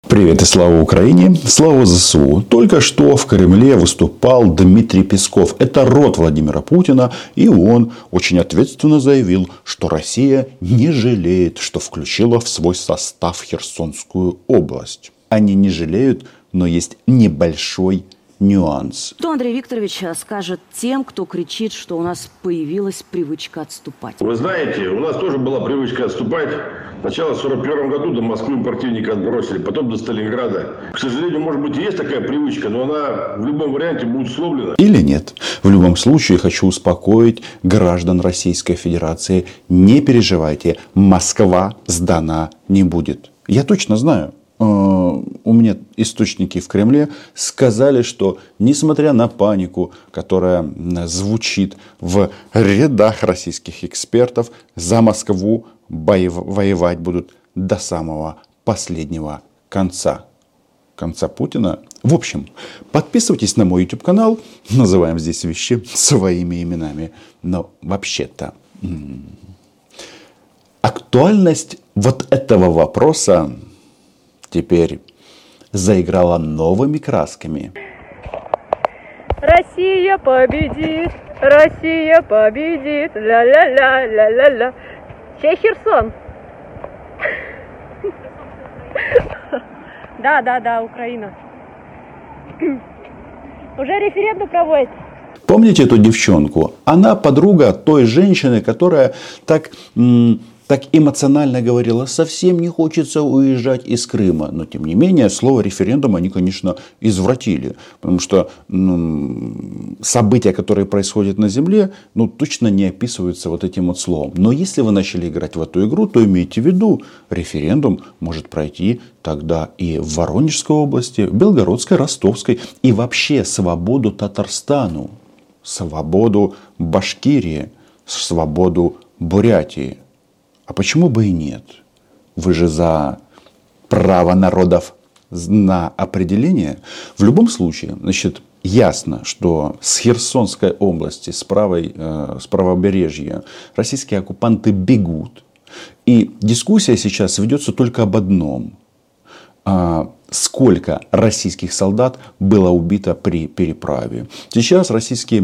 Привет и слава Украине, слава ЗСУ. Только что в Кремле выступал Дмитрий Песков. Это род Владимира Путина. И он очень ответственно заявил, что Россия не жалеет, что включила в свой состав Херсонскую область. Они не жалеют, но есть небольшой нюанс. Что Андрей Викторович скажет тем, кто кричит, что у нас появилась привычка отступать? Вы знаете, у нас тоже была привычка отступать. Сначала в 1941 году до Москвы противника отбросили, потом до Сталинграда. К сожалению, может быть, и есть такая привычка, но она в любом варианте будет сломлена. Или нет. В любом случае, хочу успокоить граждан Российской Федерации. Не переживайте, Москва сдана не будет. Я точно знаю. У меня источники в Кремле сказали, что несмотря на панику, которая звучит в рядах российских экспертов, за Москву воевать будут до самого последнего конца. Конца Путина. В общем, подписывайтесь на мой YouTube канал. Называем здесь вещи своими именами. Но вообще-то актуальность вот этого вопроса теперь заиграла новыми красками. Россия победит, Россия победит, ля-ля-ля, ля-ля-ля. Чей Херсон? Да, Украина. Уже референдум проводит. Помните эту девчонку? Она подруга той женщины, которая так эмоционально говорила, совсем не хочется уезжать из Крыма. Но, тем не менее, слово референдум они, конечно, извратили. Потому что события, которые происходят на Земле, точно не описываются вот этим вот словом. Но если вы начали играть в эту игру, то имейте в виду, референдум может пройти тогда и в Воронежской области, в Белгородской, Ростовской. И вообще свободу Татарстану, свободу Башкирии, свободу Бурятии. А почему бы и нет? Вы же за право народов на определение. В любом случае, ясно, что с Херсонской области, с правобережья российские оккупанты бегут. И дискуссия сейчас ведется только об одном. Сколько российских солдат было убито при переправе. Сейчас российские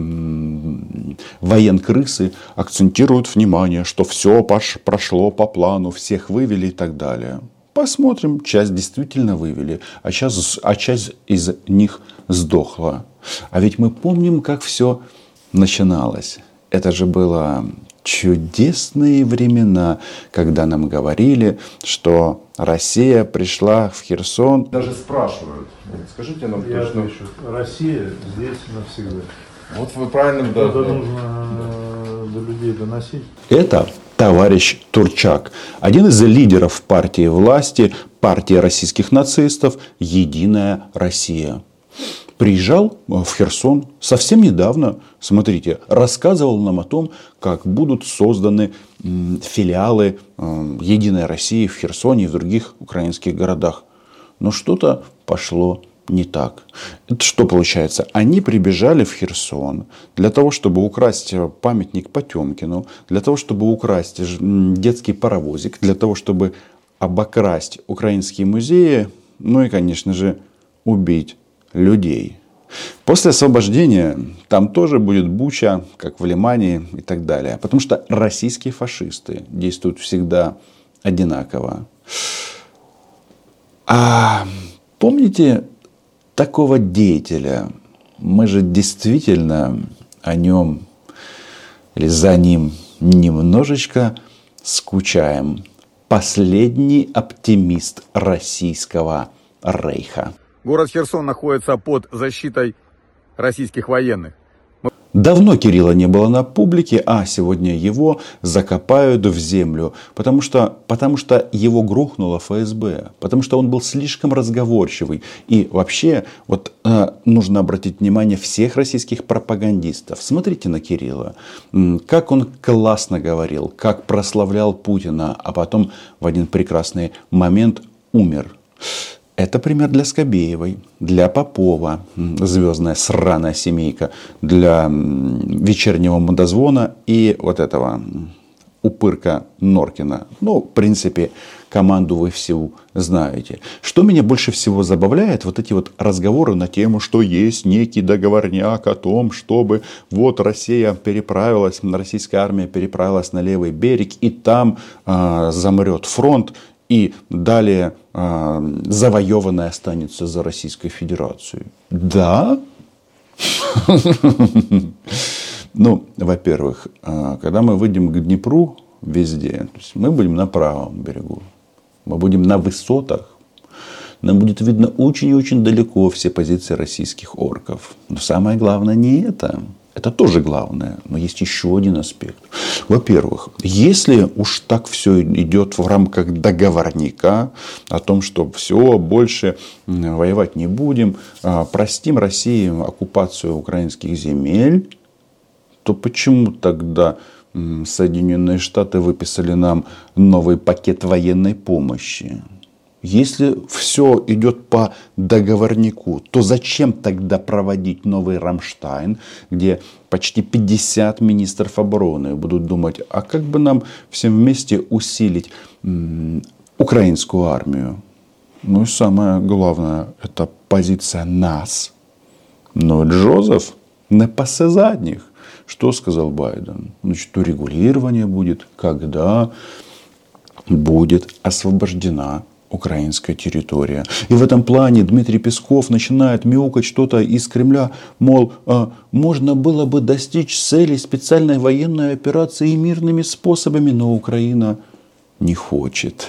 военкрысы акцентируют внимание, что все прошло по плану, всех вывели и так далее. Посмотрим, часть действительно вывели, а часть из них сдохла. А ведь мы помним, как все начиналось. Это же было чудесные времена, когда нам говорили, что Россия пришла в Херсон. Даже спрашивают, скажите нам точно. Россия здесь навсегда. Вот вы правильно. Это нужно до людей доносить. Это товарищ Турчак, один из лидеров партии власти, партии российских нацистов «Единая Россия». Приезжал в Херсон совсем недавно, смотрите, рассказывал нам о том, как будут созданы филиалы Единой России в Херсоне и в других украинских городах. Но что-то пошло не так. Это что получается? Они прибежали в Херсон для того, чтобы украсть памятник Потемкину, для того, чтобы украсть детский паровозик, для того, чтобы обокрасть украинские музеи, и, конечно же, убить людей. После освобождения там тоже будет Буча, как в Лимане и так далее. Потому что российские фашисты действуют всегда одинаково. А помните такого деятеля? Мы же действительно о нем или за ним немножечко скучаем. Последний оптимист российского рейха. Город Херсон находится под защитой российских военных. Давно Кирилла не было на публике, а сегодня его закопают в землю. Потому что его грохнуло ФСБ. Потому что он был слишком разговорчивый. И вообще нужно обратить внимание всех российских пропагандистов. Смотрите на Кирилла. Как он классно говорил, как прославлял Путина, а потом в один прекрасный момент умер. Это пример для Скобеевой, для Попова, звездная сраная семейка, для вечернего мудозвона и вот этого упырка Норкина. Ну, в принципе, команду вы всю знаете. Что меня больше всего забавляет, вот эти вот разговоры на тему, что есть некий договорняк о том, чтобы вот Россия переправилась, российская армия переправилась на левый берег, и там замрет фронт, и далее завоеванная останется за Российской Федерацией. Да? Ну, во-первых, когда мы выйдем к Днепру везде, то есть мы будем на правом берегу, мы будем на высотах, нам будет видно очень и очень далеко все позиции российских орков. Но самое главное не это. Это тоже главное, но есть еще один аспект. Во-первых, если уж так все идет в рамках договорника о том, что все, больше воевать не будем, простим России оккупацию украинских земель, то почему тогда Соединенные Штаты выписали нам новый пакет военной помощи? Если все идет по договорнику, то зачем тогда проводить новый Рамштайн, где почти 50 министров обороны будут думать, а как бы нам всем вместе усилить украинскую армию? Ну и самое главное, это позиция нас. Но Джозеф не пасе задних. Что сказал Байден? Значит, урегулирование будет, когда будет освобождена украинская территория. И в этом плане Дмитрий Песков начинает мяукать что-то из Кремля, мол, можно было бы достичь цели специальной военной операции и мирными способами, но Украина не хочет.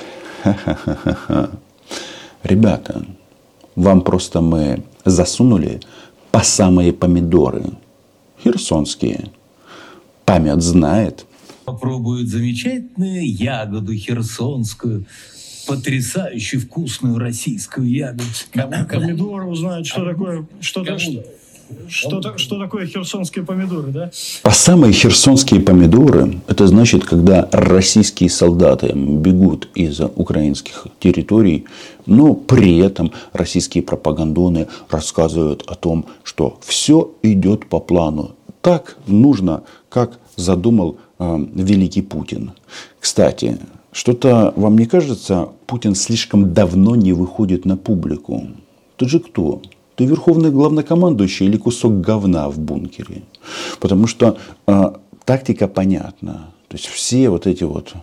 Ребята, вам просто мы засунули по самые помидоры. Херсонские. Память знает. Попробуют замечательную ягоду херсонскую. Потрясающую вкусную российскую ягоду. Помидоры узнают, что такое, что такое херсонские помидоры, да? А самые херсонские помидоры, это значит, когда российские солдаты бегут из украинских территорий, но при этом российские пропагандоны рассказывают о том, что все идет по плану. Так нужно, как задумал великий Путин. Кстати, что-то вам не кажется, Путин слишком давно не выходит на публику? Ты же кто? Ты верховный главнокомандующий или кусок говна в бункере? Потому что тактика понятна. То есть все вот эти вот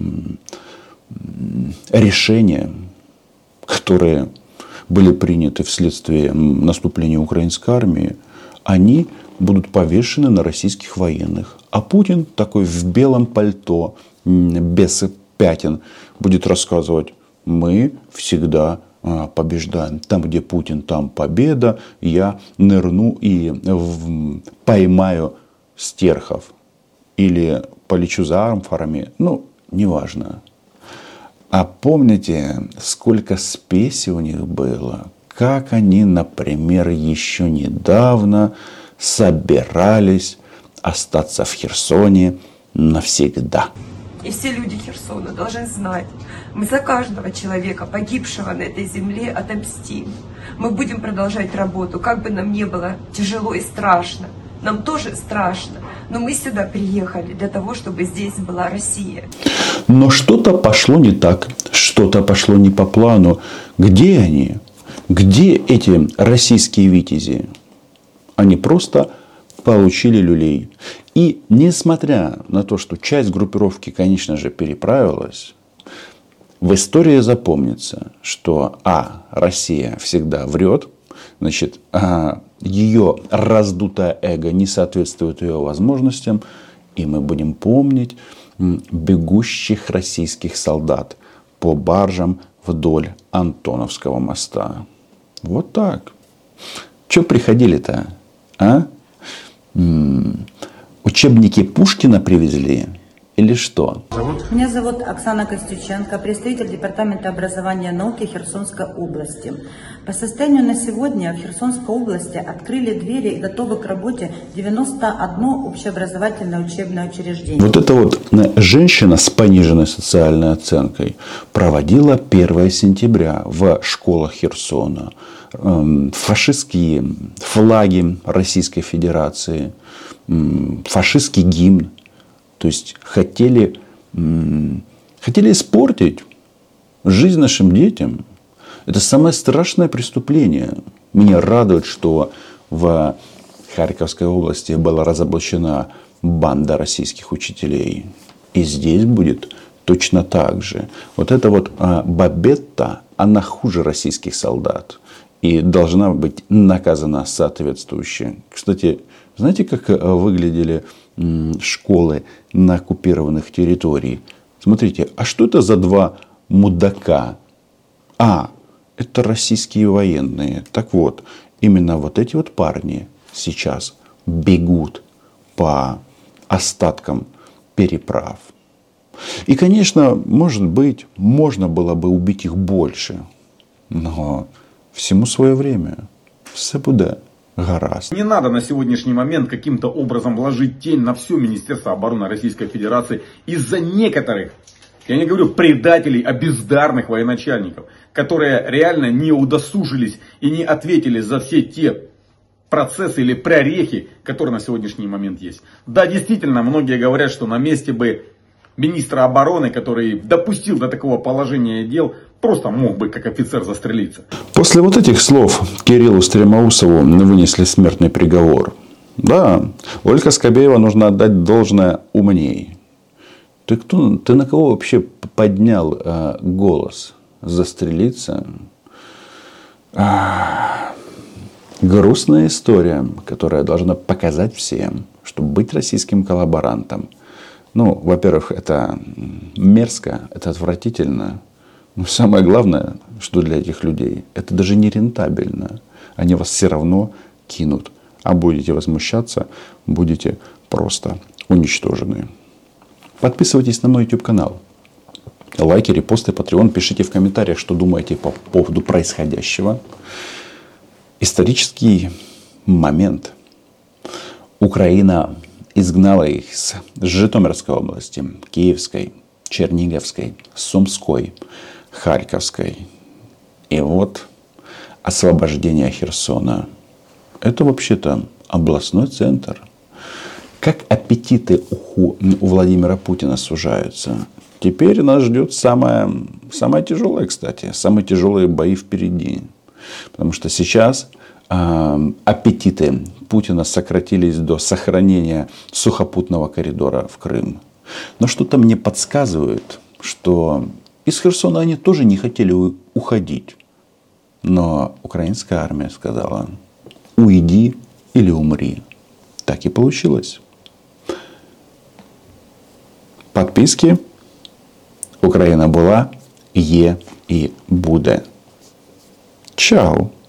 решения, которые были приняты вследствие наступления украинской армии, они будут повешены на российских военных. А Путин такой в белом пальто, без пятен, будет рассказывать: мы всегда побеждаем. Там, где Путин, там победа. Я нырну и поймаю стерхов. Или полечу за амфорами. Ну, неважно. А помните, сколько спеси у них было? Как они, например, еще недавно собирались остаться в Херсоне навсегда. И все люди Херсона должны знать, мы за каждого человека, погибшего на этой земле, отомстим. Мы будем продолжать работу, как бы нам ни было тяжело и страшно. Нам тоже страшно, но мы сюда приехали для того, чтобы здесь была Россия. Но что-то пошло не так, что-то пошло не по плану. Где они? Где эти российские витязи? Они просто получили люлей. И несмотря на то, что часть группировки, конечно же, переправилась, в истории запомнится, что Россия всегда врет, значит, ее раздутое эго не соответствует ее возможностям, и мы будем помнить бегущих российских солдат по баржам вдоль Антоновского моста. Вот так. Че приходили-то? Учебники Пушкина привезли? Или что? Меня зовут Оксана Костюченко, представитель Департамента образования и науки Херсонской области. По состоянию на сегодня в Херсонской области открыли двери и готовы к работе 91 общеобразовательное учебное учреждение. Вот эта вот женщина с пониженной социальной оценкой проводила 1 сентября в школах Херсона фашистские флаги Российской Федерации, фашистский гимн. То есть хотели хотели испортить жизнь нашим детям. Это самое страшное преступление. Меня радует, что в Харьковской области была разоблачена банда российских учителей. И здесь будет точно так же. Вот эта вот Бабетта, она хуже российских солдат. И должна быть наказана соответствующе. Кстати, знаете, как выглядели школы на оккупированных территориях? Смотрите, а что это за два мудака? Это российские военные. Так вот, именно вот эти вот парни сейчас бегут по остаткам переправ. И, конечно, может быть, можно было бы убить их больше. Но всему свое время. Все будет гаразд. Не надо на сегодняшний момент каким-то образом ложить тень на все Министерство обороны Российской Федерации из-за некоторых, я не говорю предателей, а бездарных военачальников, которые реально не удосужились и не ответили за все те процессы или прорехи, которые на сегодняшний момент есть. Да, действительно, многие говорят, что на месте бы министра обороны, который допустил до такого положения дел, просто мог бы как офицер застрелиться. После вот этих слов Кириллу Стремоусову вынесли смертный приговор. Да, Ольга Скобеева, нужно отдать должное, умней. Ты кто? Ты на кого вообще поднял голос? Застрелиться? Грустная история, которая должна показать всем, что быть российским коллаборантом, во-первых, это мерзко, это отвратительно. Но самое главное, что для этих людей, это даже не рентабельно. Они вас все равно кинут. А будете возмущаться, будете просто уничтожены. Подписывайтесь на мой YouTube канал. Лайки, репосты, Patreon. Пишите в комментариях, что думаете по поводу происходящего. Исторический момент. Украина изгнала их с Житомирской области, Киевской, Черниговской, Сумской, Харьковской. И вот освобождение Херсона. Это вообще-то областной центр. Как аппетиты у Владимира Путина сужаются. Теперь нас ждет самое тяжелое, кстати. Самые тяжелые бои впереди. Потому что сейчас аппетиты Путина сократились до сохранения сухопутного коридора в Крым. Но что-то мне подсказывает, что из Херсона они тоже не хотели уходить. Но украинская армия сказала: уйди или умри. Так и получилось. Подписки. Україна була, є і буде. Чао!